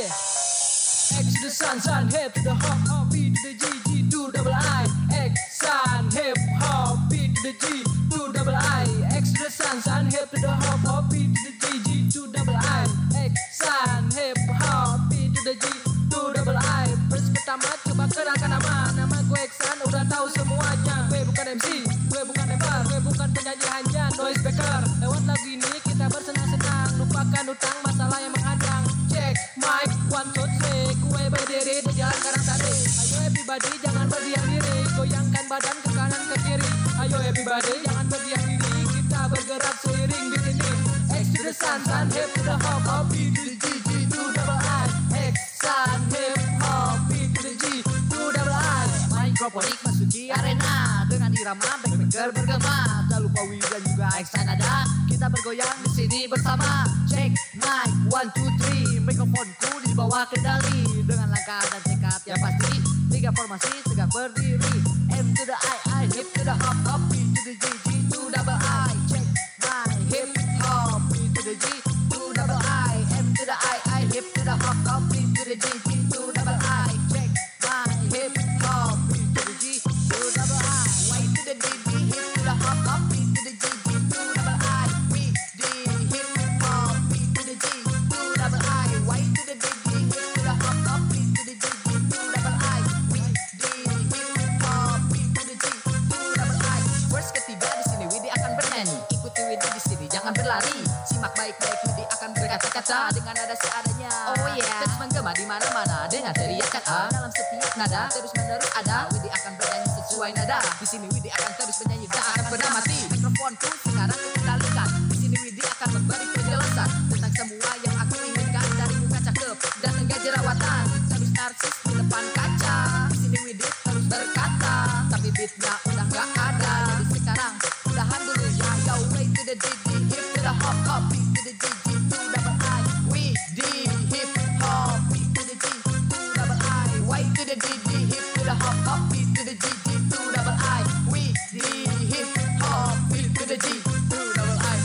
X to the sun, hip to the hop, B to the G, G to double I. X sun, hip hop, B to the G to double I. X to the sun, hip to the hop, B to the G, G to double I. X sun, hip hop, B to the G to double I. Verse pertama coba kerahkan nama gue Xan, udah tahu semuanya. Gue bukan MC, gue bukan rapper, gue bukan penyanyi, hanya noise maker. Lewat lagu ini kita bersenang-senang, lupakan utang masalah yang menghadang. Check mic, 1, 2, 3. Gue berdiri di jalan karang tadi. Ayo everybody jangan berdiam diri, goyangkan badan ke kanan ke kiri. Ayo everybody jangan berdiam diri, kita bergerak seiring di sini. X to the sun, hip to the hop, B to the G, G to double I. X sun, hip hop, B to the G to double I. Mikrofonik masuki arena dengan irama backpacker bergema. Tak lupa Wi dan juga Xan ada. Kita bergoyang di sini bersama. Check mic 1, 2, 3. Mikrofonku di bawah kendali dengan langkah dan tekad yang pasti. 3 formasi tegak berdiri. M to the I, hip to the hop, B to the G, G to double I. Check mic hip hop, B to the G to double I. M to the I, hip to the hop, B to the G, G to double I. Check mic hip hop, B to the G to double I. Y to the D, hip to the hop, B to the G, G to double I. B D hip hop, B to the G to double I. Y to the D, hip to the hop, B to the G, G to double I. B D hip hop, B to the G to double I. First ketiga di sini Widi akan bernyanyi. Ikuti Widi di sini jangan berlari. Simak baik-baik Widi akan berkata-kata dengan nada seadanya. Oh yeah. Terus menggema di mana-mana dengan teriakan A dalam setiap nada terus menerus ada. Widi akan bernyanyi sesuai nada. Di sini Widi akan terus bernyanyi tak akan pernah mati. Mikrofonku sekarang kukendalikan. Di sini Widi akan memberi penjelasan tentang semua yang aku inginkan dari muka cakep dan enggak jerawatan. Habis narsis di depan kaca. Di sini Widi terus berkata, tapi beatnya udah nggak ada. Jadi sekarang udahan dulu ya. Yo way to the D, hip to the hop, B to the G, G to double I. Widi hip hop, B to the G to double I. Y to the D, hip to the hop, B to the G, G to double I. Widi hip hop, B to the G to double I.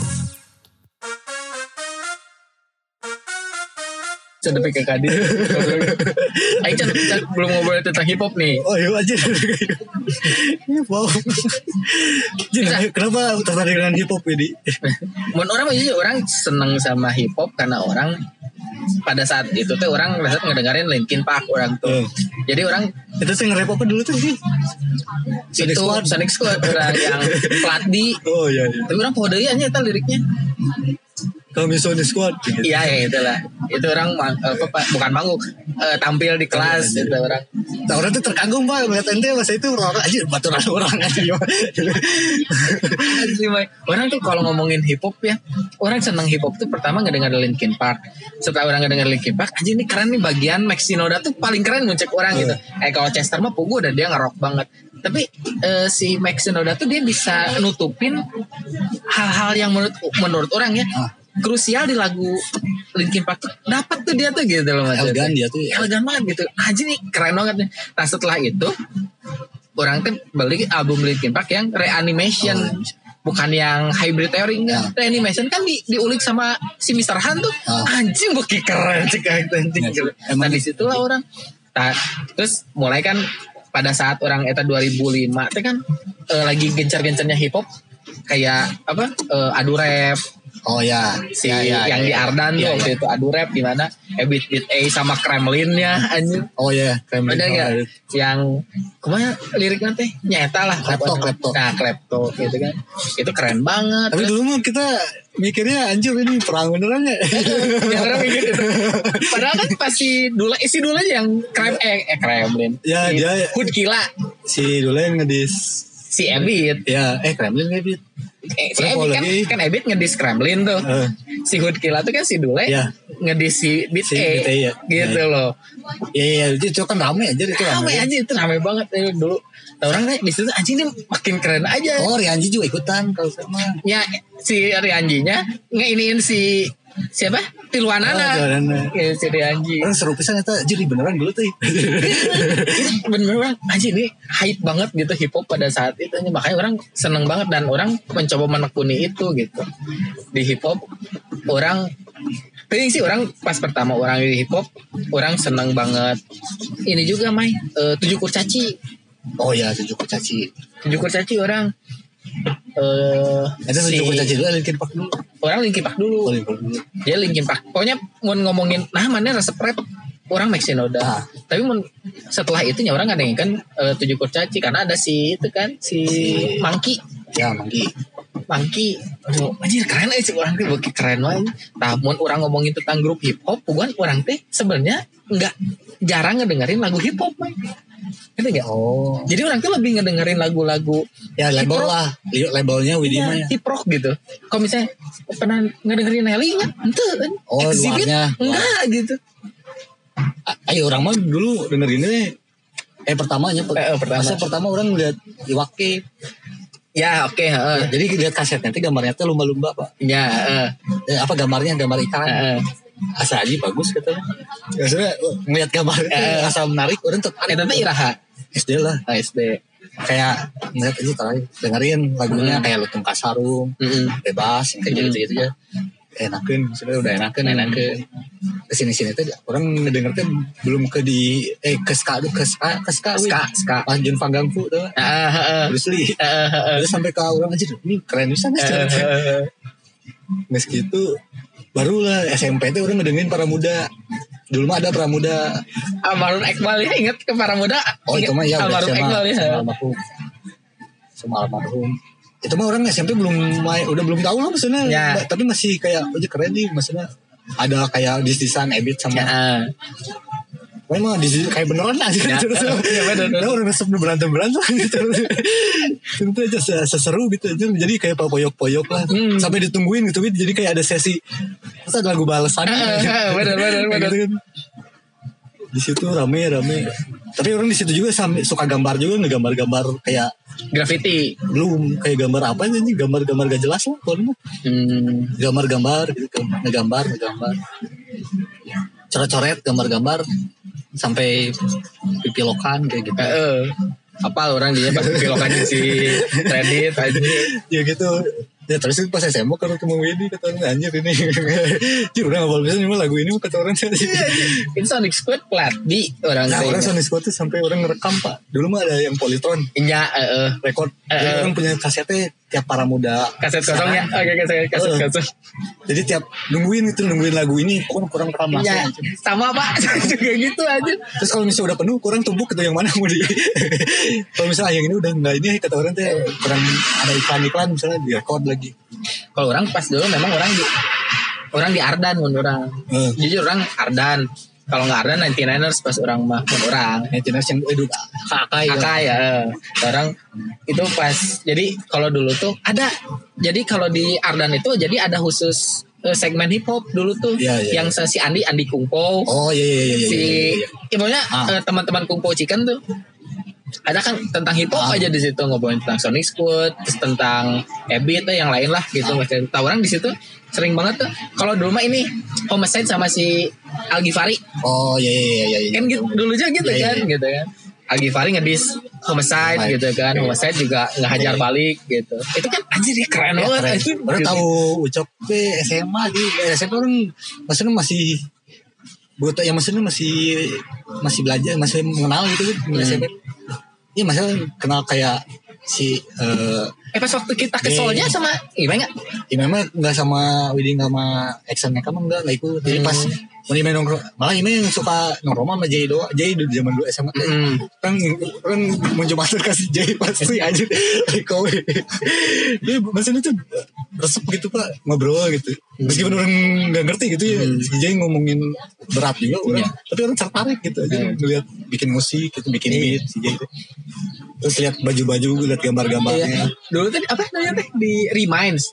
Sudah PKKD. Ayo Chan, belum ngobrol tentang hip hop nih. Oh iya aja. Wow. Jadi kenapa tertarik dengan hip hop ini? Menurut orang aja orang seneng sama hip hop karena orang pada saat itu tuh orang ngerasa ngedengerin Linkin Park orang tuh. Jadi orang itu sih nge-rap apa dulu tuh sih? Sonic Squad orang yang plat di. Oh iya. Tapi orang kode aja itu liriknya. Kalau misalnya squad gitu. Iya ya itulah. Itu orang bukan manggung, tampil di kelas itu orang. Nah orang tuh terkagum Pak ngeliat ente masa itu orang aja baturan orang aja. Orang tuh kalau ngomongin hip hop ya, orang seneng hip hop tuh pertama ngedenger Linkin Park. Setelah orang ngedenger Linkin Park, anjir ini keren nih bagian Mike Shinoda tuh paling keren muncul orang gitu. Kalau Chester mah pugu dan dia nge-rock banget. Tapi si Mike Shinoda tuh dia bisa nutupin hal-hal yang menurut orang ya krusial di lagu Linkin Park tuh dapat tuh dia tuh gitu loh mas. Elegan dia tuh. Elegan banget gitu. Anjir nih keren banget nih. Nah setelah itu orang tuh beli album Linkin Park yang Reanimation. Bukan yang Hybrid Theory enggak. Reanimation kan diulik sama si Mr. Han tuh. Anjing bukti keren cek anjing. Nah disitulah orang. Nah, terus mulai kan pada saat orang eta 2005 itu kan lagi gencar-gencarnya hip hop kayak apa adu rap. Oh ya, yang di Ardan tuh waktu itu adu rap di mana Beat A sama Kremlinnya anjir. Oh ya, Kremlin. Ada enggak yang kemana liriknya teh nyata lah Klepto. Nah, Klepto gitu kan. Itu keren banget. Tapi dulu mah kita mikirnya anjir ini perang beneran ya. Ya orang mikir gitu. Padahal kan pasti si Dula aja yang Kremlin. Ya dia Hood Gila. Si Dula yang ngedis si Ebit. Ya, Kremlin Ebit. Si Ebit kan Ebit ngedis Kremlin tuh. Si Hood Gila tuh kan si Dule ngedis si Beat A ya. gitu loh. Iya itu kan rame aja itu rame aja itu rame banget dulu. Orang di situ anjing dia makin keren aja. Oh Rianji juga ikutan kalau sama. Ya si Rianjinya ngeiniin si siapa? Tiluanana. Ya, si Rianji. Seru pisan eta jadi beneran dulu tuh. Beneran anjing ini hype banget gitu hip hop pada saat itu. Makanya orang seneng banget dan orang mencoba menekuni itu gitu. Di hip hop orang Tapi sih orang pas pertama orang di hip hop, orang seneng banget. Ini juga Mai, Tujuh Kurcaci. Oh ya, Tujuh Kurcaci. Tujuh Kurcaci orang. Ada Tujuh Kurcaci dulu, Linkin Park dulu. Orang Linkin Park dulu. Oh, Linkin Park dulu. Dia Linkin Park. Pokoknya mau ngomongin, mana resep rap orang Mike Shinoda. Tapi setelah itu orang ada yang kan Tujuh Kurcaci karena ada si itu kan si Monkey. Ya, Monkey. Aduh, anjir keren sih orang teh beuki keren wae. Namun orang ngomongin tentang grup hip hop, bukan orang teh sebenarnya enggak jarang ngedengerin lagu hip hop, Mike. Ngerti gak? Oh. Jadi orang tuh lebih ngedengerin lagu-lagu Ya label lah, labelnya Widi mah ya. hip rock gitu. Kalau misalnya pernah ngedengerin Nelly nggak? Ente kan? Oh, Exhibit? luarnya. Enggak gitu. Ayo orang mah dulu dengerinnya pertamanya. Pertama orang lihat Iwake. Ya oke. Jadi lihat kasetnya itu gambarnya tuh lumba-lumba Pak. Ya. Apa gambar ikan. Asa aja bagus katanya. Maksudnya ngeliat gambar itu asa menarik. Orang tertarik. Tapi Iraha. SD lah. SD. Kayak ngeliat aja terakhir dengerin lagunya kayak Lutung Kasarung, Bebas kayak gitu-gitu ya. Enakan, sudah udah enakan. Kesini-sini tuh orang ngedenger tuh belum ke di ke ska. Lanjun Panggangfu tuh. Bruce Lee. Terus sampai ke orang aja ini keren bisa nggak? Meski itu barulah SMP tuh orang ngedengerin Para Muda. Dulu mah ada Pramuda. Almarhum Iqbal ya, inget ke Para Muda. Oh itu mah ya Almarhum Iqbal ya. Sama almarhum. Itu mah orang SMP udah belum tahu lah maksudnya. Ya. Tapi masih kayak keren nih maksudnya. Ada kayak dis-disan Ebit sama. Memang kayak beneran aja. Ya bener. Orang resep berantem gitu. Itu aja seseru gitu aja. Jadi kayak poyok-poyok lah. Sampai ditungguin gitu. Jadi kayak ada sesi. Terus ada lagu balasan. Bener. Gitu kan. Di situ rame. Tapi orang di situ juga suka gambar juga, ngegambar-gambar kayak graffiti. Belum kayak gambar apa aja nih, gambar-gambar gak jelas lah kalau gambar-gambar gitu, ngegambar. Coret-coret gambar-gambar sampai pipilokan kayak gitu. Apa orang dia pas pipilokan si Reddit aja. Ya gitu. Ya terus pas SMA kalau ketemu Widi kata orang anjir ini. Jadi udah ngapal bisa cuma lagu ini kata orang tadi. Ini Sonic Squad plat di orang. Nah, orang Sonic Squad tuh sampai orang ngerekam Pak. Dulu mah ada yang Polytron. Iya, Record. Orang punya kasetnya tiap Para Muda. Kaset kosong ya. Oke, kaset kosong. Jadi tiap nungguin lagu ini pokoknya kurang rekam langsung. Ya, sama Pak. Juga gitu aja. Terus kalau misalnya udah penuh kurang tumbuk gitu yang mana mau di. Kalau misalnya yang ini udah enggak ini kata orang teh kurang ada iklan misalnya di record lagi. Kalau orang pas dulu memang orang di Ardan orang. Jujur orang Ardan. Kalau nggak Ardan 99ers pas orang mah orang. 99ers yang kakak ya. Orang itu pas. Jadi kalau dulu tuh ada. Jadi kalau di Ardan itu jadi ada khusus segmen hip hop dulu tuh yang si Andi Kungpo. Oh iya. Pokoknya teman-teman Kungpo Chicken tuh ada kan tentang hip hop aja di situ, ngomongin tentang Sonic Squad, terus tentang Ebit yang lain lah gitu. Tahu orang di situ sering banget tuh. Kalau dulu mah ini Homicide sama si Al Ghifari. Oh iya. Kan gitu, dulu aja gitu kan gitu kan. Al Ghifari ngedis Homicide gitu kan. Homicide juga ngehajar balik gitu. Itu kan anjir dia keren banget. Orang tahu Ucok SMA di SMA orang maksudnya masih buat yang maksudnya masih belajar, masih mengenal gitu kan SMP. Iya masalah kenal kayak si pas waktu kita ke Solnya sama gimana nggak? Ya memang nggak sama Widi nggak sama Exxonnya kamu nggak ikut. Jadi pas mau main nongkrong, malah ini yang suka nongkrong sama Jay doa. Jay di zaman dulu SMA kan mau coba kasih Jay pasti aja kowe. Dia maksudnya tuh resep gitu Pak, ngobrol gitu. Meskipun orang nggak ngerti gitu ya, si Jay ngomongin berat juga orang, tapi orang tertarik gitu aja ngeliat bikin musik gitu, bikin beat si Jay itu. Terus lihat baju-baju, lihat gambar-gambarnya. Dulu tadi apa namanya di Reminds.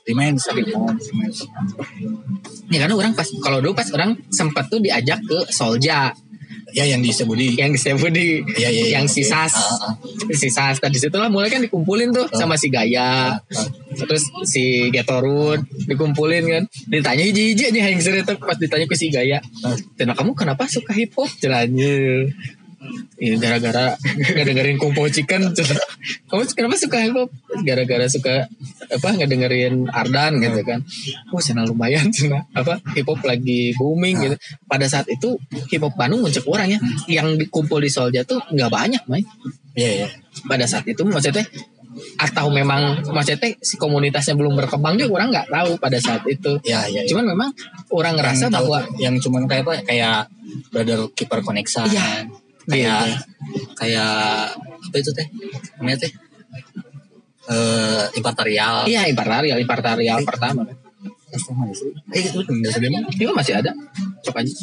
Ya karena orang pas kalau dulu pas orang sempat tuh diajak ke Solja. Ya yang di Sebudi. Ya, yang Sisas. Sisas. Tadi situ lah mulai kan dikumpulin tuh sama si Gaya. Terus si Getorud dikumpulin kan. Ditanya hiji-hiji aja yang sering tuh pas ditanya ke si Gaya. "Tena kamu kenapa suka hip hop?" Celananya. Ini gara-gara dengerin Kungpo Chicken. Kamu kenapa suka hip hop? Gara-gara suka ngedengerin Ardan gitu kan. Oh sana lumayan sana hip hop lagi booming gitu. Pada saat itu hip hop Bandung muncul orang ya. Yang dikumpul di Solja tuh nggak banyak, Mai. Iya. Pada saat itu maksudnya atau memang maksudnya si komunitasnya belum berkembang juga orang nggak tahu pada saat itu. Iya. Cuman memang orang ngerasa bahwa yang cuman kayak apa? Kayak Brother Keeper Connection. Iya. Kayak apa itu teh? Namanya teh? Impartarial. Iya, Impartarial pertama kan. Itu Itu masih ada. Coba aja.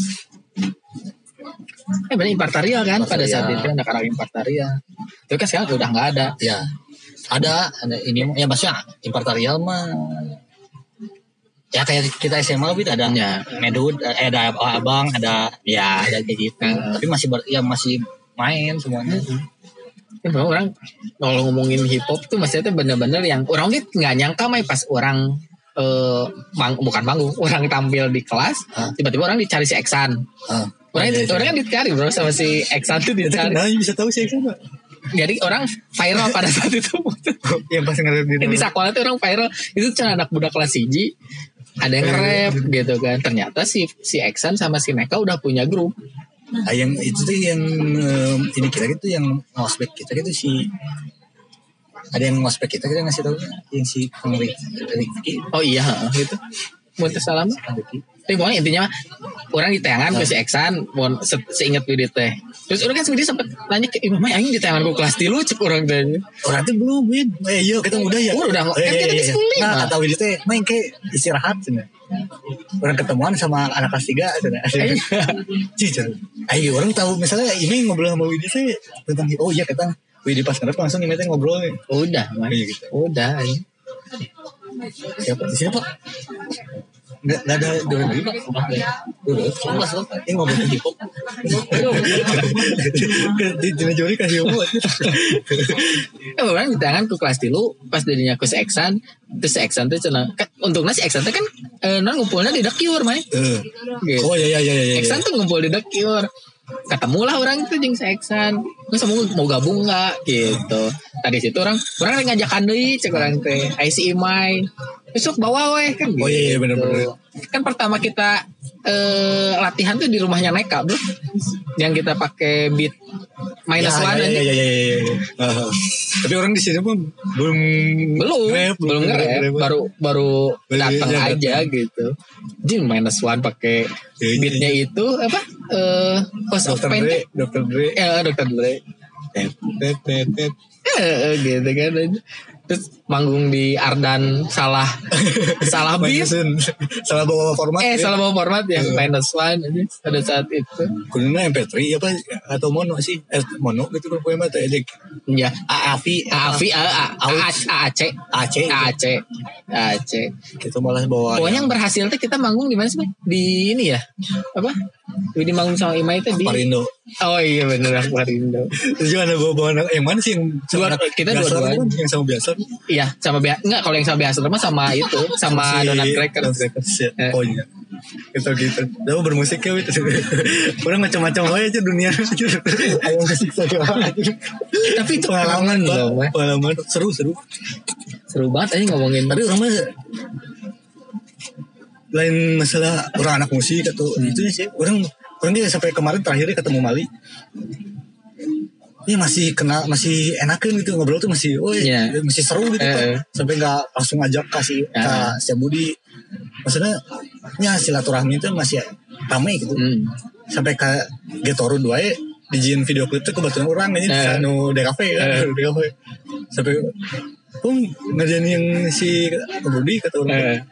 Benar Impartarial kan pada saat itu anak-anak Impartarial. Itu kan sekarang udah nggak ada. Ya. Ada ini ya maksudnya Impartarial mah ya kayak kita SMA lebih ada Medud, ada Abang, ada kayak gitu. Tapi masih main semuanya. Orang kalau ngomongin hip hop tuh maksudnya bener-bener yang orang nggak nyangka pas orang bukan panggung, orang tampil di kelas, tiba-tiba orang dicari si Eksan. Orang kan dicari bro sama si Eksan tuh dicari. Nah, bisa tahu si Eksan. Jadi orang viral pada saat itu. Yang pas nge-rap di sekolah tuh orang viral. Itu cuma anak budak kelas 1. Ada yang nge-rap gitu kan. Ternyata si Eksan sama si Neka udah punya grup. Yang itu tuh yang ini kita gitu yang ngospek kita gitu si ada yang ngospek kita ngasih tahu yang si Rifki. Oh iya gitu. Muntah salam. Tapi pokoknya intinya orang di tayangan ke si Eksan, seingat video teh. Terus orang kan sendiri sempat nanya ke Imam, aing di tayangan gue kelas 3 cek orang teh. Orang tuh belum win. Iya kita udah ya. Udah kan kita ke sekolah. Nah kata video teh main kayak istirahat cina. Orang ketemuan sama anak kelas 3 cina. Cici. Ayo orang tahu misalnya ini ngobrol sama Widi teh tentang oh iya kata Widi pas ngerep langsung ini teh ngobrol. Udah, gitu. Udah. Siapa di sini Pak? Nggak ada dua lagi Pak. Udah. Ini ngomongin hip hop. Di Juri kasih hip hop. Orang di tangan ke kelas 3 pas dirinya ke si Eksan. Terus si Eksan tuh cenah. Untungnya si Eksan tuh kan ngumpulnya di The Cure, Mai. Gitu. Oh iya. Eksan tuh ngumpul di The Cure. Ketemulah orang itu jeung si Eksan. Terus mau gabung nggak gitu. Tadi situ orang ngajakan deui cek orang teh. IC Imai. Besok bawa weh kan gitu. Oh iya benar. Kan pertama kita latihan tuh di rumahnya Neka, Bro. Yang kita pakai beat minus one aja. Iya. Tapi orang di sini pun belum nge-rap, baru datang aja gitu. Jadi minus one pakai beatnya itu apa? Dr. Dre. Ya, Dr. Dre. Gitu kan. Terus manggung di Ardan salah beat, salah bawa format. Salah bawa format yang minus one aja pada saat itu. Kuduna MP3 apa atau mono sih? Mono gitu kan poema teh edek. Ya, AAC. Kita malah bawa. Pokoknya yang berhasil tuh kita manggung di mana sih, di ini ya? Apa? Di manggung sama Imai itu di Parindo. Oh iya benar Parindo. Terus juga ada bawa anak yang mana sih yang kita dua-duanya yang sama biasa? Iya, sama biasa. Enggak, kalau yang sama biasa sama itu, sama Donat Crackers. Oh iya. Gitu. Lalu bermusik ya itu. Orang macam-macam aja dunia. Ayo musik saja. Tapi itu pengalaman loh, pengalaman seru banget aja ngomongin. Tapi orang mah lain masalah orang anak musik atau itu sih. Orang dia sampai kemarin terakhirnya ketemu Mali. Ini masih enakan gitu ngobrol tuh masih masih seru gitu kan. Sampai nggak langsung ajak kasih ke Setiap Budi. Maksudnya silaturahmi itu masih ramai gitu. Sampai ke Getoru 2 dijin video klip tuh kebetulan orang ini di sana DKV kan. DKV. Sampai ngerjain yang si Budi kata orang.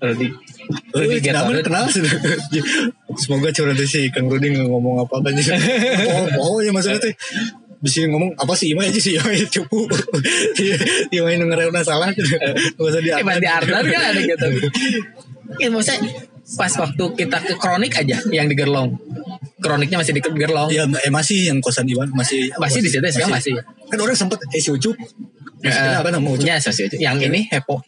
Kenal sudah. Semoga curhat si Kang Rudi ngomong apa aja. Oh ya maksudnya tuh bisa ngomong apa sih Ima aja sih Ima cupu dia main ngerewna salah nggak usah di Ardan kan ada gitu ya maksudnya pas waktu kita ke Kronik aja yang di Gerlong Kroniknya masih di Gerlong ya masih yang kosan Iwan masih di situ sekarang masih kan orang sempet si Ucup apa nama Ucup ya yang ini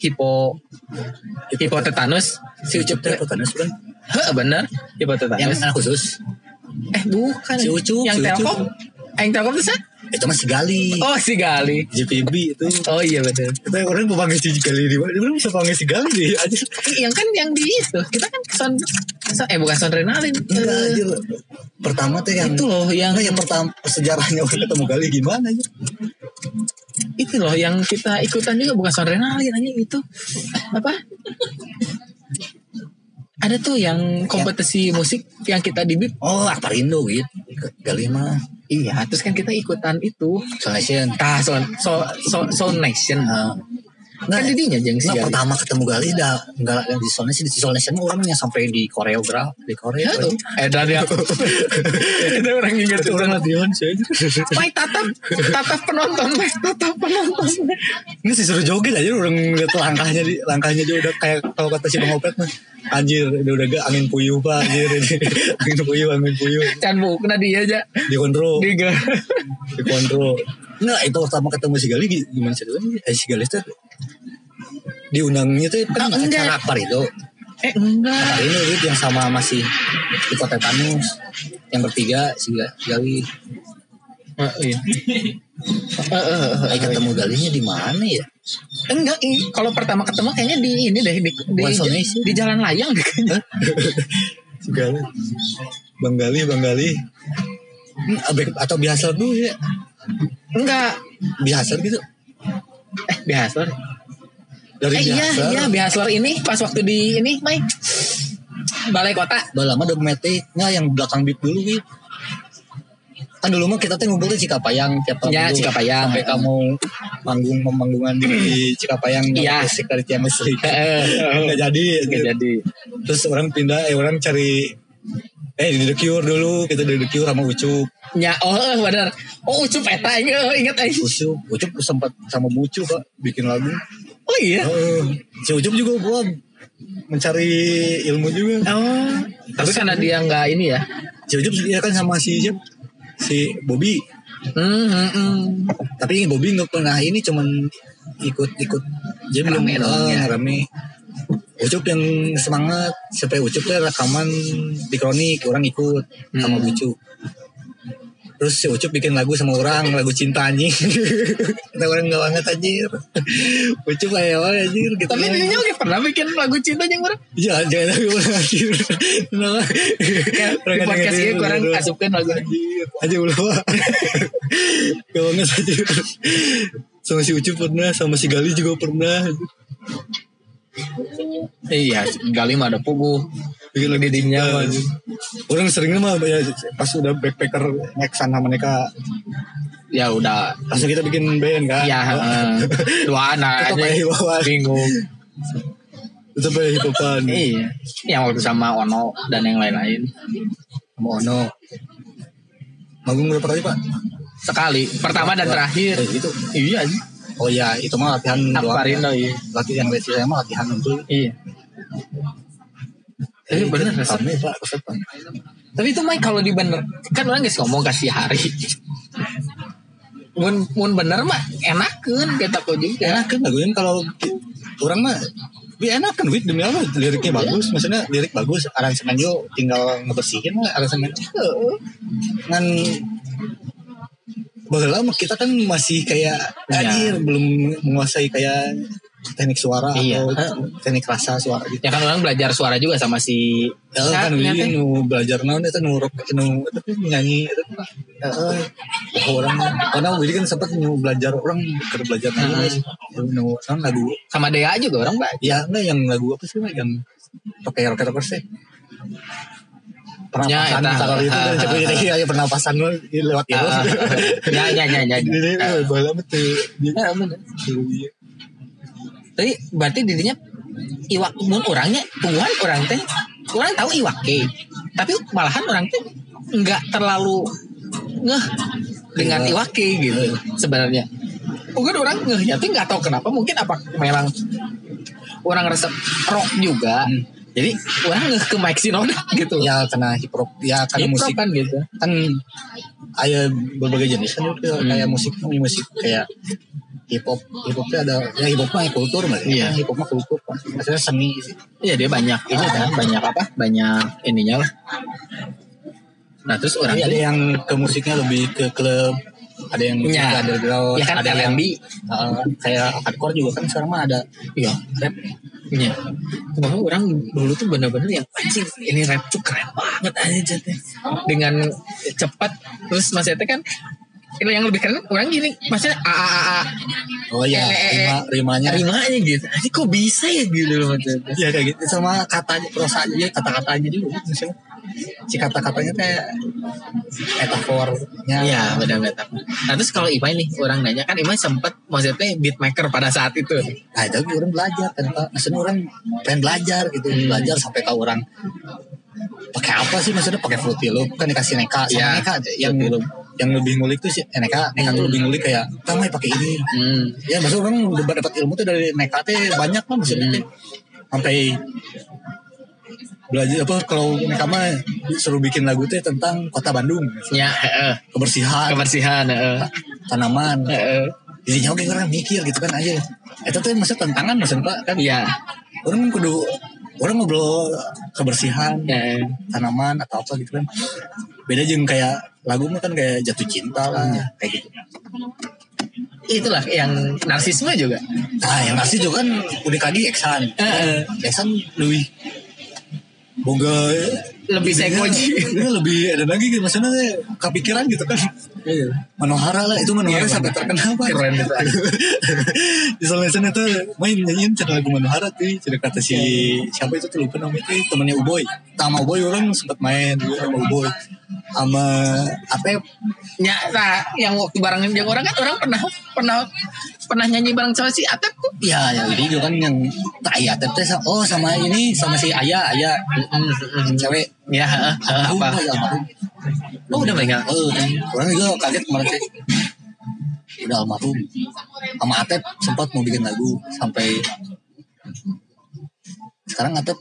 hipotetanus si Ucup hipotetanus kan bener hipotetanus yang anak khusus bukan si Ucup yang Telkom tuh Itu mah si Gali. Oh si Gali. JPB itu. Oh iya betul. Kita orang pemanggil si Gali di mana? Dia bisa panggil si Gali di aja. Yang kan yang di itu kita kan bukan Sonrenalin. Enggak aja. Pertama tuh yang itu loh yang pertama sejarahnya orang ketemu Gali gimana aja. Itu loh yang kita ikutan juga bukan Sonrenalin aja itu. Apa? Ada tuh yang kompetisi musik yang kita di BIP. Oh, Akparindo gitu. Gali mah. Iya, terus kan kita ikutan itu. Sound Nation. Sound Nation. Kan didinya jeung si Gali. Pertama ketemu Gali dah enggak di Sound Nation. Di Sound Nation orangnya sampai di koreograf di Korea. Tuh. Dan ya. Itu orang ingat orang latihan sih. Mai tatap penonton. Ini sih suruh joget aja orang lihat langkahnya dia udah kayak kalau kata si Bang Opet mah. Anjir, udah gak angin puyuh pak, anjir. angin puyuh. Can bu, kena dia aja. Dikontrol. Dikontrol. Nah itu pertama ketemu si Gali gimana sih? Si Gali tuh diundangnya tuh kan acara Akbar itu. Enggak. Akbar ini gitu yang sama masih di Kota Tanus. Yang bertiga si Gali. Iya. Ketemu Galinya di mana ya? Enggak, kalau pertama ketemu kayaknya di ini deh di Jalan Layang deh kayaknya. Gali. Bang Gali. Atau biasa dulu ya? Enggak. Biasa gitu. Biasa. Dari biasa. Iya, biasa ini pas waktu di ini, Mai. Balai Kota. Lama udah metiknya yang belakang bib dulu gitu. Kan dulu mah kita tuh ngumpul di Cikapayang tiap tahun. Ya, Cikapayang. Sampai kamu manggungan di Cikapayang iya. Musik dari tiang listrik. Enggak jadi. Terus orang pindah, orang cari di The Cure dulu, kita di The Cure sama Ucup. Ya, benar. Ucup eta ingat aja. Ucup sempat sama Bucu Pak bikin lagu. Oh iya. Si Ucup juga gua mencari ilmu juga. Tapi karena dia enggak ini ya. Si Ucup dia kan sama si Bobby. Tapi Bobby nggak pernah ini, cuman ikut dia belum rame. Ucup yang semangat supaya Ucup tuh rekaman di Kronik, orang ikut sama Bucu. Terus si Ucup bikin lagu sama orang, lagu cinta anjing. Kita orang gak banget anjir. Ucup kayak apa anjir gitu. Tapi dia juga pernah bikin lagu cinta yang orang. Iya, jangan lagu anjir. Di podcast ini orang kasupkan lagu anjir. Aja ulama. Gak banget anjir. Sama si Ucup pernah, sama si Gali juga pernah. Iya, Gali mah ada puguh. Bikin lagi dinya mah. Orang seringnya mah ya, pas udah backpacker naik sana mereka. Ya udah, langsung kita bikin band kan. Iya, dua anak aja bingung. Itu kayak hip-hopan. Iya. Yang waktu sama Ono dan yang lain-lain. Sama Ono. Manggung berapa kali Pak? Sekali. Pertama dan terakhir. Itu. Iya. Oh iya, itu mah latihan doang. Akparindo iya. Latihan yang saya mah latihan untuk. Iya. Bener resepnya Pak, tapi itu Mike kalau di bener kan orang guys ngomong kasih hari. Mun bener mah enakeun kita kok juga. Enakeun lagunya kalau orang mah lebih enakeun wit demi apa liriknya bagus, maksudnya lirik bagus, aransemen yo tinggal ngebersihin lah aransemen. Ngan baheula mah kita kan masih kayak anjir belum menguasai kayak teknik suara atau teknik rasa suara gitu. Ya kan orang belajar suara juga sama si kan Willy belajar naon eta nu nyanyi eta orang karena Willy kan sempat belajar orang belajar nu lagu sama Dea juga orang belajar. Ya enggak yang lagu apa sih yang pakai roket sih. Pernapasan kalau itu kan jadi pernapasan lewat terus. Ya. Jadi bahala betul. Ya benar. Tapi berarti dirinya iwak mun orangnya tungguan orang teh orang tahu iwake tapi malahan orang teh nggak terlalu ngeh dengan iwake gitu sebenarnya. Mungkin orang ngehnya tuh nggak tahu kenapa, mungkin apa memang orang resep rock juga. Jadi orang ngeh ke Mike Shinoda gitu. Ya karena hip hop ya karena musik kan gitu. Kan ada berbagai jenis kan kayak musik kayak hip hopnya ada ya hip hop mah kultur mah iya. Hip hop mah kultur maksudnya seni sih. Iya dia banyak ini kan banyak ininya lah. Nah terus orang ada yang ke musiknya lebih ke klub ada yang Ya. underground, Ya kan, ada yang R&B. kayak hardcore juga kan sekarang mah ada Iya. rap. Iya. Bahwa orang dulu tuh bener-bener yang anjing ini rap tuh keren banget aja teh. Dengan cepat terus maksudnya kan yang lebih keren orang gini maksudnya a. Oh iya, rimanya gitu. Anjing kok bisa ya gitu loh maksudnya. ya kayak gitu, sama katanya, prosanya, kata-katanya juga misalnya. Si kata-katanya kayak metafornya. Iya benar-benar. Nah terus kalau Imai nih orang nanya kan Imai sempat maksudnya beatmaker pada saat itu. Nah itu orang belajar kan Pak. Maksudnya orang pengen belajar gitu, belajar sampai ke orang pakai apa sih, maksudnya pakai Fruity Loop kan dikasih Neka sama Ya, Neka yang lebih ngulik tuh si Neka tuh lebih ngulik kayak kamu pakai ini. Ya maksudnya orang dapat ilmu tuh dari Neka teh banyak lah maksudnya teh. Sampai belajar apa kalau Neka mah suruh bikin lagu teh tentang kota Bandung. Ya, kebersihan, tanaman. Jadinya oke orang mikir gitu kan aja. Itu tuh maksudnya tantangan maksudnya Pak kan. Iya. Orang ngobrol kebersihan, tanaman atau apa gitu kan. Beda jeung kayak lagu mah kan kayak jatuh cinta lah, kayak gitu. Itulah yang narsisme juga. Nah, yang narsis juga kan udah lagi Eksan. Eksan lebih boga lebih sekoji. Ini lebih ada lagi gitu maksudnya kepikiran gitu kan. Manohara lah itu Manohara sampai terkenal Pak. Keren itu. Di sana tuh main nyanyiin channel lagu Manohara tuh, cerita kata si siapa itu tuh lupa namanya tuh temannya Uboy. Sama Uboy orang sempat main juga sama Uboy. Sama Atep. Ya, nah, yang waktu bareng yang orang kan orang pernah nyanyi bareng sama si Atep tuh. Ya ini juga kan yang Atep tuh sama ini sama si Ayah cewek. Ya, apa? Oh, udah meninggal. Orang juga kaget kemarin sih. Udah almarhum. Sama Atep sempat mau bikin lagu sampai sekarang Atep.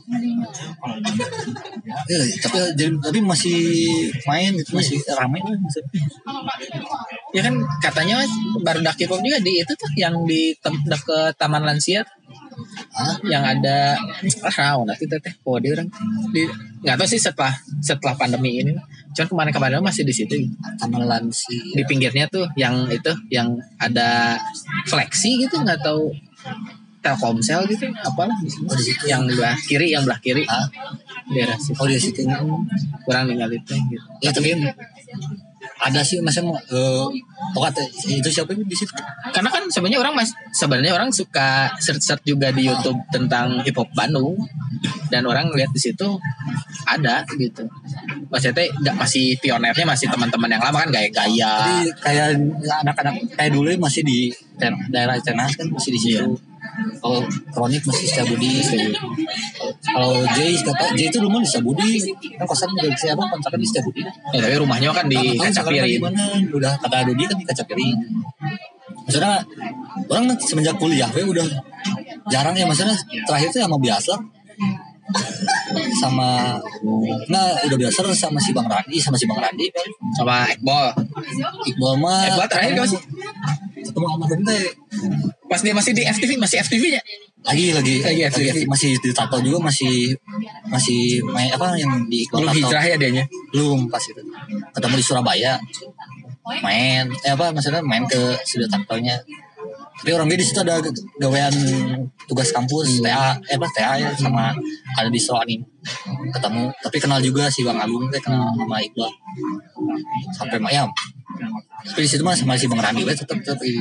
Ya, tapi masih main gitu, masih ramai lah. Ya kan katanya baru K-pop juga di itu tuh yang di deket Taman Lansia. Yang ada nanti teteh dia orang nggak tahu sih setelah pandemi ini, cuman kemarin masih di situ Taman Lansia di pinggirnya tuh yang itu yang ada flexi gitu, nggak tahu Telkomsel gitu apalah di situ. Yang belah kiri daerah situ. Di situ kurang tinggal itu gitu. Ya tapi ada sih masa itu siapa di situ? Karena kan sebenarnya orang suka search juga di YouTube tentang hip hop Bandung, dan orang lihat di situ ada gitu. Maksudnya masih pionernya masih teman-teman yang lama kan gaya-gaya. Jadi kayak anak-anak kayak dulu masih di daerah Tenas kan masih di situ. Kalau Kronik masih Setiabudi. Kalau Jay itu rumah di Setiabudi. Kan kosan juga di siapa kontrakan di Setiabudi. Ya, tapi rumahnya kan di Kaca Piring. Udah kata Dodi kan di Kaca Piring. Maksudnya orang semenjak kuliah udah jarang ya, maksudnya terakhir itu sama biasa sama udah biasa sama si Bang Randi kan. Sama Iqbal mah terakhir kan masih ketemu almarhum teh pas dia masih di FTV, masih FTV-nya lagi FTV. masih di tato juga masih main apa yang di belum hijrah ya dianya, belum pas itu ketemu di Surabaya main maksudnya main ke studio tatonya. Tapi orang dia di situ ada gawean tugas kampus TA ya, sama ada di Solo ketemu, tapi kenal juga si Bang Agung teh, kenal sama Iqbal sampai mayam. Tapi di situ mah sama si Bang Randi tetap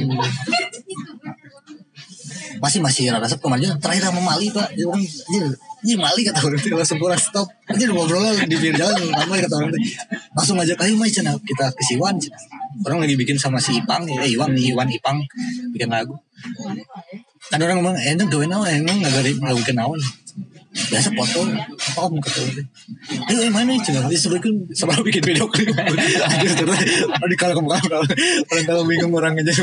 masih rasa kemarin terakhir sama Mali Pak. Ini Mali kata orang itu langsung kurang stop aja ngobrol di pinggir jalan lama kata orang itu langsung ngajak ayo Mai cina kita ke Siwan. Orang lagi bikin sama si Ipang Iwan Ipang bikin lagu. Kan orang ngomong enak gawe naon emang nggak bikin naon biasa foto kata orang ayo mana cina disebutkan sama bikin video klip di kalau orang bingung orang aja.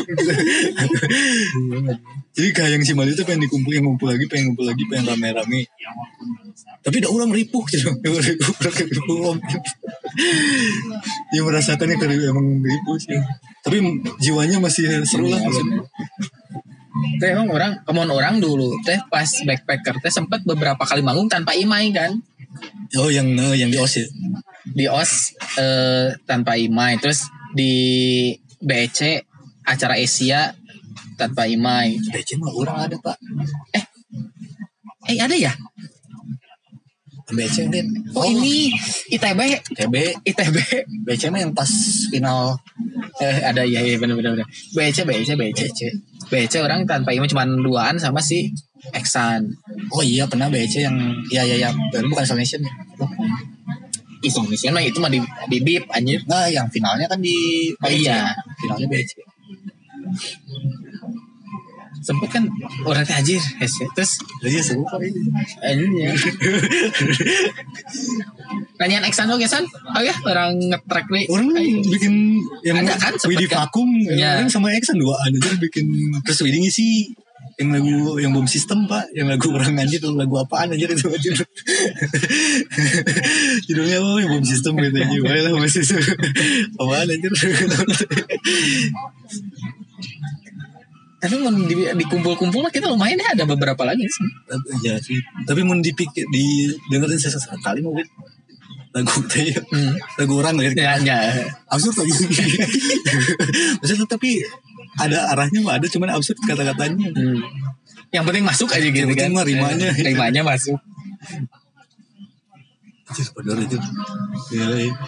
Jadi kayak yang si Mali itu pengen ngumpul lagi pengen rame-rame, tapi udah orang ripuh gitu. Ripuh dia merasakannya kalau emang ripuh sih, tapi jiwanya masih seru lah maksudnya. Teh emang orang dulu teh pas backpacker teh sempat beberapa kali manggung tanpa Imai kan. Oh yang di OS ya? Di OS tanpa Imai, terus di BEC acara Asia tanpa Imai. BC mah orang ada pak. Ada ya? BC kan. Oh, ini ITB. ITB. BC mah yang pas final. Ada ya benar. BC orang tanpa Imai cuma duaan sama si Eksan. Oh iya pernah BC yang ya bukan Salvation ya. Indonesia mah itu mah di BIP anjir. Nah yang finalnya kan di iya finalnya BC. Sempet kan orang tajir terus Iya seru kok ini. anjir. Nanyaan Eksan oke San? Oh ya orang nge-track nih. Orang bikin yang Ada kan, sempet Widi kan? Vakum Ya. orang sama Exxon duaan aja bikin terus Widi ngisi yang lagu yang bom sistem pak, yang lagu orang anjir tuh lagu apaan aja itu anjir. Judulnya apa yang bom sistem gitu aja. Baiklah bom sistem. Apaan anjir. Tapi mau dikumpul-kumpul lah kita lumayan ya ada beberapa lagi sih. Ya sih. Tapi mau dipikir dengerin sesekali mungkin lagu teh lagu orang gitu. Ya. Absurd lagi. Maksudnya tapi ada arahnya mah ada cuman absurd kata-katanya. Yang penting masuk aja gitu Yang penting kan. mah rimanya. Rimanya masuk. Anjir bener itu. Ya.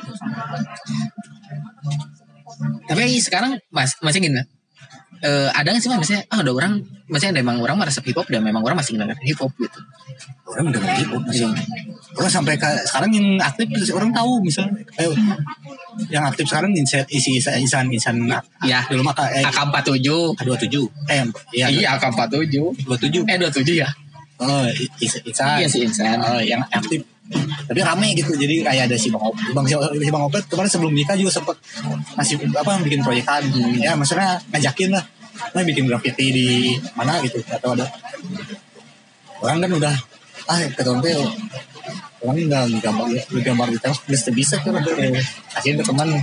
Tapi sekarang masih gini. Ada nggak sih mas misalnya ada orang misalnya memang orang merasa hip hop dan memang orang masih dengar hip hop gitu. Orang udah hip hop masih. Orang sampai sekarang yang aktif orang tahu misalnya yang aktif sekarang Insan Ya dulu mah AK47 27 iya AK47 27 ya. Oh Insan. Iya si Insan. Oh yang aktif tapi rame gitu jadi kayak ada si Bang Opet kemarin sebelum nikah juga sempat masih bikin proyekan ya maksudnya ngajakin lah bikin graffiti di mana gitu atau ada orang kan udah ketompe orang udah gambar di tengah bisa tuh kasih ke teman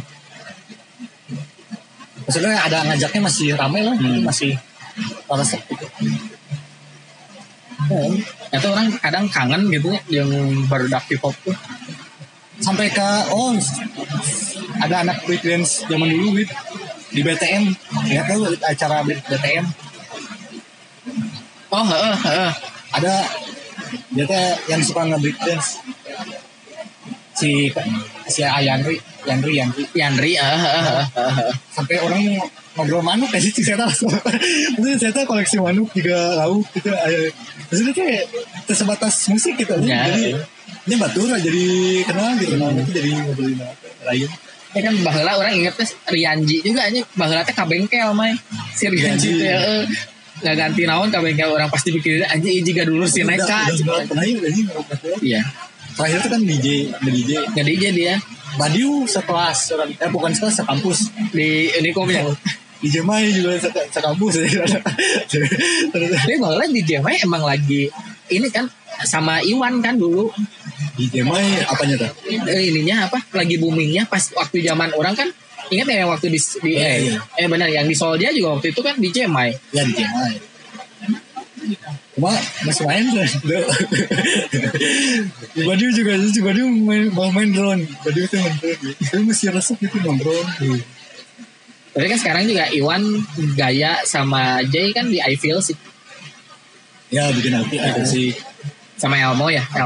maksudnya ada ngajaknya masih rame lah masih parah gitu. Itu orang kadang kangen gitu yang barudak hip hop tuh. Sampai ke ada anak breakdance zaman dulu gitu di BTM. Ya tahu acara BTM. Oh, Ada dia teh yang suka nge-breakdance. Si Yandri. Sampai orang ngobrol manuk kayak sih saya tahu. Maksudnya saya tahu koleksi manuk juga lauk gitu. Maksudnya kayak sebatas musik gitu. Ya. Jadi ini batura jadi kenal gitu. Nanti jadi ngobrolin lain. Ya kan baheula orang inget teh Rianji juga aja baheula teh ka bengkel mah. Si Rianji teh nggak ganti naon ka bengkel orang pasti pikirin aja jika dulu si Neka. Iya. Terakhir itu kan DJ dia. Badiu sekelas orang bukan sekelas sekampus Di Unikom ya. DJ Mai juga sekampus. Tapi malah DJ Mai emang lagi ini kan sama Iwan kan dulu. DJ Mai apanya tuh? Ininya apa? Lagi boomingnya pas waktu zaman orang kan. Ingat ya yang waktu benar yang di Soldia juga waktu itu kan DJ Mai. Ya DJ Mai. Cuma masih main tuh. Badiu juga Badiu main drone. Badiu tuh main drone. Tapi masih resep itu main drone. Tapi kan sekarang juga Iwan Gaya sama Jay kan di I Feel sih. Ya bikin api sih. Sama Elmo.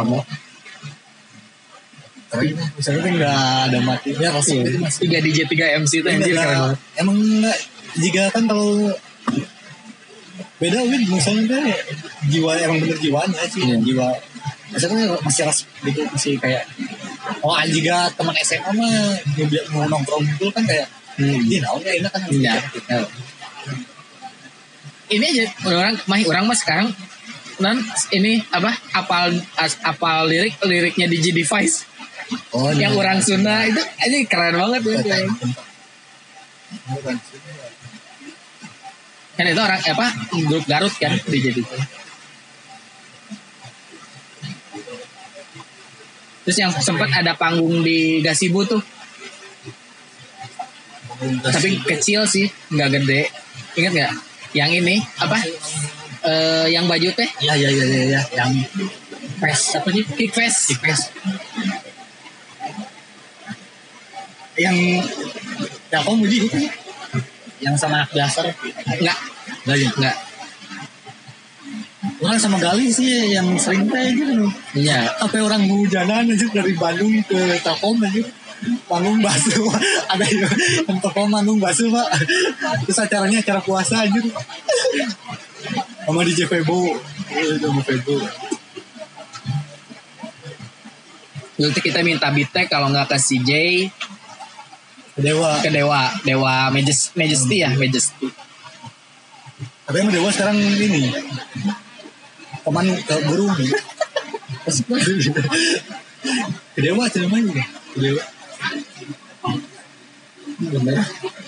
Tapi misalnya kan nggak ada matinya rasanya itu masih 3 DJ 3 MC itu anjir keren. Emang nggak jika kan kalau beda misalnya kan jiwa emang bener jiwanya sih jiwa maksudnya masih ras gitu masih kayak jika teman SMA mah mau nongkrong gitu kan kayak naonnya enak kan ini aja orang mah sekarang ini apal liriknya DJ Device yang orang Sunda itu aja keren banget ya. Kan itu orang grup Garut kan DJ itu. Terus yang sempat ada panggung di Gasibu tuh. Tapi kecil sih, nggak gede. Ingat nggak? Yang ini yang baju teh? Ya. Yang Fest apa sih? Kick Fest. Yang kamu di itu. Yang sama anak dasar. Enggak. Enggak. Orang sama Gali sih yang sering kayak gitu. Iya. Sampai orang hujanan aja dari Bandung ke Telkom aja. Manggung bakso. Ada yang Telkom manggung bakso Pak. Terus acaranya acara puasa aja. Sama DJ Febo. Sama Febo. Nanti kita minta bitek kalau nggak ke CJ Dewa. ke Dewa Majesty ya, Majesty. Tapi yang Dewa sekarang ini teman ke burung. Ke Dewa ceritanya. Ke Dewa. Bener.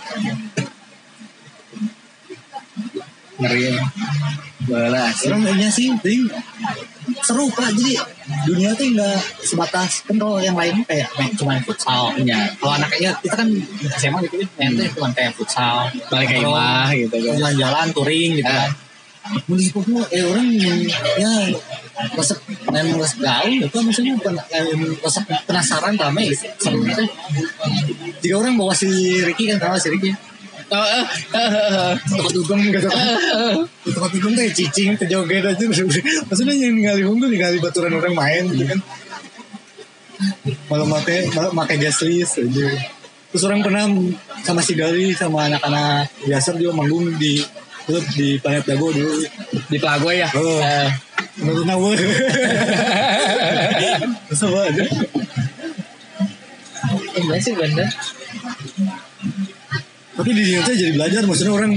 Ngeri ya. Balas. Orang kayaknya sih seru Pak. Jadi dunia tuh nggak sebatas kan kalau yang lain kayak cuma futsal. Ya. Kalau anaknya kita kan SMA gitu kan cuma kayak futsal. Balik ke imah gitu kan. Jalan-jalan touring gitu kan. Menurut Papua orang ya resep memang resep gaul itu maksudnya resep penasaran ramai seru gitu. Jika orang bawa si Ricky kan tahu si Ricky. Tempat dugem gitu kan. Tempat dugem tuh cicing terjoget aja. Maksudnya yang ngali unggul ngali baturan orang main gitu kan. Malah pakai gas list aja. Terus orang pernah sama si Gali sama anak-anak biasa juga manggung di klub di Planet Dago dulu. Di Pelagoy ya. Menurut nawa. Terus apa aja? Iya sih bener. Tapi di sini tuh jadi belajar, maksudnya orang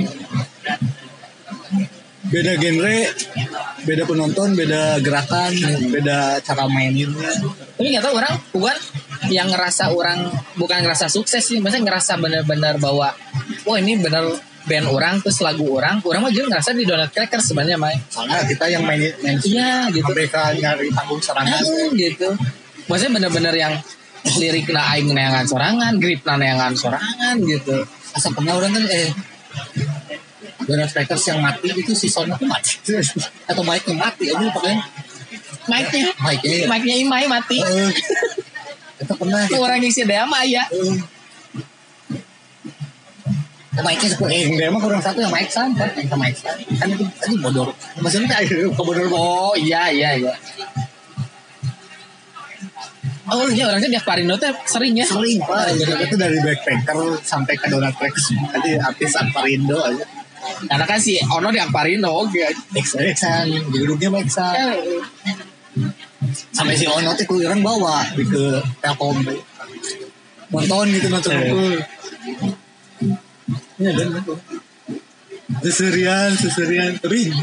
beda genre, beda penonton, beda gerakan, beda cara maininnya. Tapi nggak tahu orang bukan yang ngerasa orang bukan ngerasa sukses sih, maksudnya ngerasa benar-benar bahwa oh ini benar band orang terus lagu orang mah juga ngerasa di Donut Cracker sebenarnya Mai. Soalnya kita yang main Iya gitu. mereka nyari panggung serangan gitu. Maksudnya benar-benar yang lirikna aing neangan sorangan, gripna neangan sorangan gitu. Asal pernah orang kan Donut Crackers yang mati itu si Sona tuh mati atau mic-nya mati aja pokoknya Mic-nya Imai mati. Kita pernah Itu orang ngisi dea mah ya. Mic-nya yang dia mah kurang satu yang mic san kan yang mic san kan itu tadi bodor maksudnya bodor. Oh iya. Oh iya orangnya Diak Parindo tuh sering ya. Sering Pak, jadi itu dari Backpacker sampai ke Donut Tracks. Tadi artis Akparindo aja. Karena kan si Ono Diak Parindo oke. X-an, duduknya X-an. Sampai si Ono tuh orang bawa ke Telkom. Nonton gitu nonton. Iya dan itu. Seserian. Tapi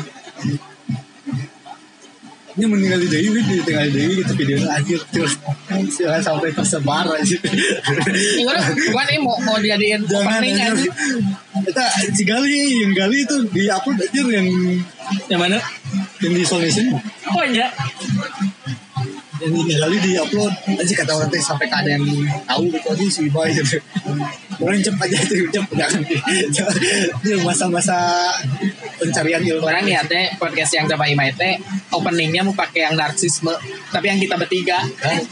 ini meninggal di Dewi gitu videonya akhir terus jangan sampai tersebar aja. Ini orang bukan ini mau dijadiin opening aja. Kita si yang Gali itu di upload aja Yang mana? yang di Solation. Oh iya. Yang di Gali di upload aja kata orang teh sampai ada yang tahu gitu aja si Boy gitu. Orang cep aja itu jangan di masa-masa pencarian ilmu. Orang niatnya podcast yang Coba Imai teh openingnya mau pakai yang narsisme, tapi yang kita bertiga.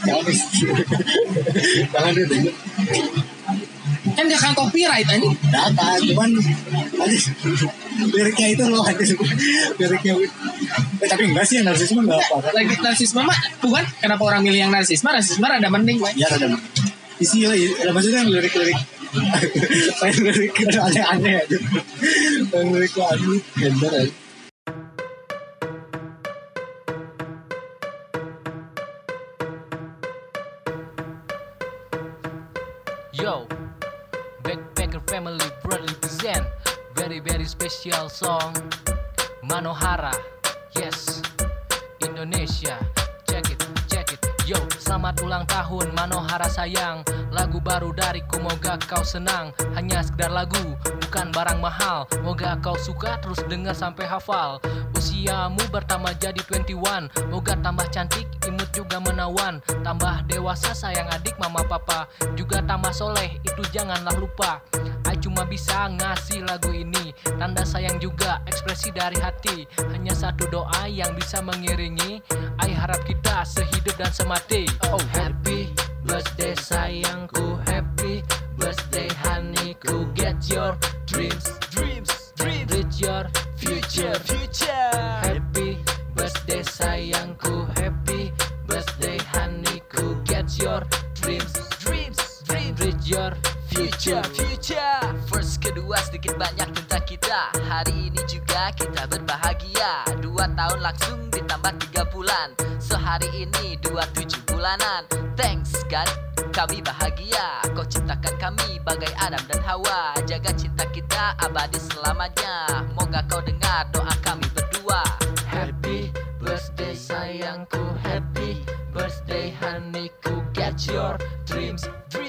Jangan itu. Kan gak akan copyright aja. Data, cuman aja liriknya itu loh aja liriknya. Tapi enggak sih yang narsisme enggak apa. Lagi narsisme mah bukan kenapa orang milih yang narsisme rada mending. Ya ada. Isi lah, maksudnya lirik-lirik lirik aneh-aneh aja. Lirik aneh, gender aja. Yo, Backpacker Family proudly present very special song Manohara. Yes, Indonesia. Check it. Yo, selamat ulang tahun Manohara sayang. Lagu baru dariku, moga kau senang. Hanya sekedar lagu, bukan barang mahal. Moga kau suka terus dengar sampai hafal. Usiamu bertambah jadi 21. Moga tambah cantik, imut juga menawan. Tambah dewasa sayang adik mama papa. Juga tambah soleh, itu janganlah lupa. I cuma bisa ngasih lagu ini. Tanda sayang juga, ekspresi dari hati. Hanya satu doa yang bisa mengiringi. I harap kita sehidup dan semati. Oh happy birthday sayangku, happy birthday honeyku. Get your dreams, and reach your future. Happy birthday sayangku, happy birthday honeyku. Get your dreams, and reach your future. First, kedua, sedikit banyak tentang kita. Hari ini juga kita berbahagia. 2 tahun langsung ditambah 3 bulan. So hari ini 27 bulanan. Thanks God, kami bahagia. Kau ciptakan kami bagai Adam dan Hawa. Jaga cinta kita abadi selamanya. Moga kau dengar doa kami berdua. Happy birthday sayangku, happy birthday honeyku. Get your dreams,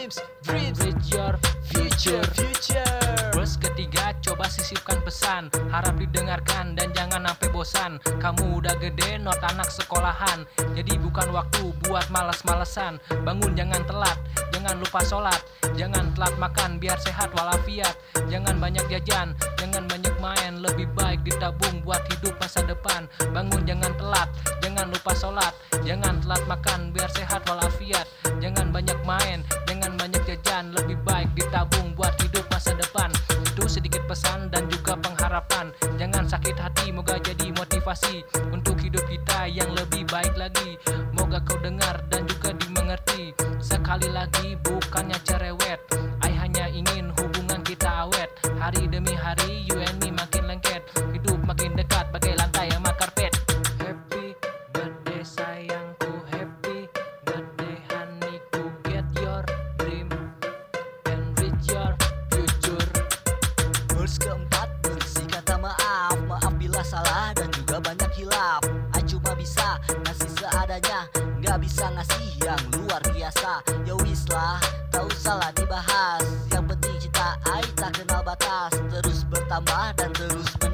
reach your future. Verse ketiga, coba sisipkan pesan, harap didengarkan dan jangan sampai bosan. Kamu udah gede, not anak sekolahan, jadi bukan waktu buat malas-malesan. Bangun jangan telat, jangan lupa sholat, jangan telat makan biar sehat walafiat. Jangan banyak jajan, jangan banyak main, lebih baik ditabung buat hidup masa depan. Bangun jangan telat, jangan lupa sholat, jangan telat makan biar sehat walafiat. Jangan banyak main, jangan banyak jajan, lebih baik ditabung buat hidup masa depan. Itu sedikit pesan dan juga pengharapan. Jangan sakit hati, moga jadi motivasi untuk hidup kita yang lebih baik lagi. Moga kau dengar dan juga dimengerti. Sekali lagi bukannya cerewet, I hanya ingin hubungan kita awet. Hari demi hari you and me makin lengket, hidup makin dekat bagai lantai sama karpet. Happy birthday sayangku, happy birthday honeyku. Get your dream and reach your future. Verse keempat, berisi kata maaf. Maaf bila salah dan juga banyak hilaf. I cuma bisa ngasih seadanya, nggak bisa ngasih yang luar biasa. Ya wis lah, tak usahlah dibahas. Yang penting cinta I tak kenal batas, terus bertambah dan terus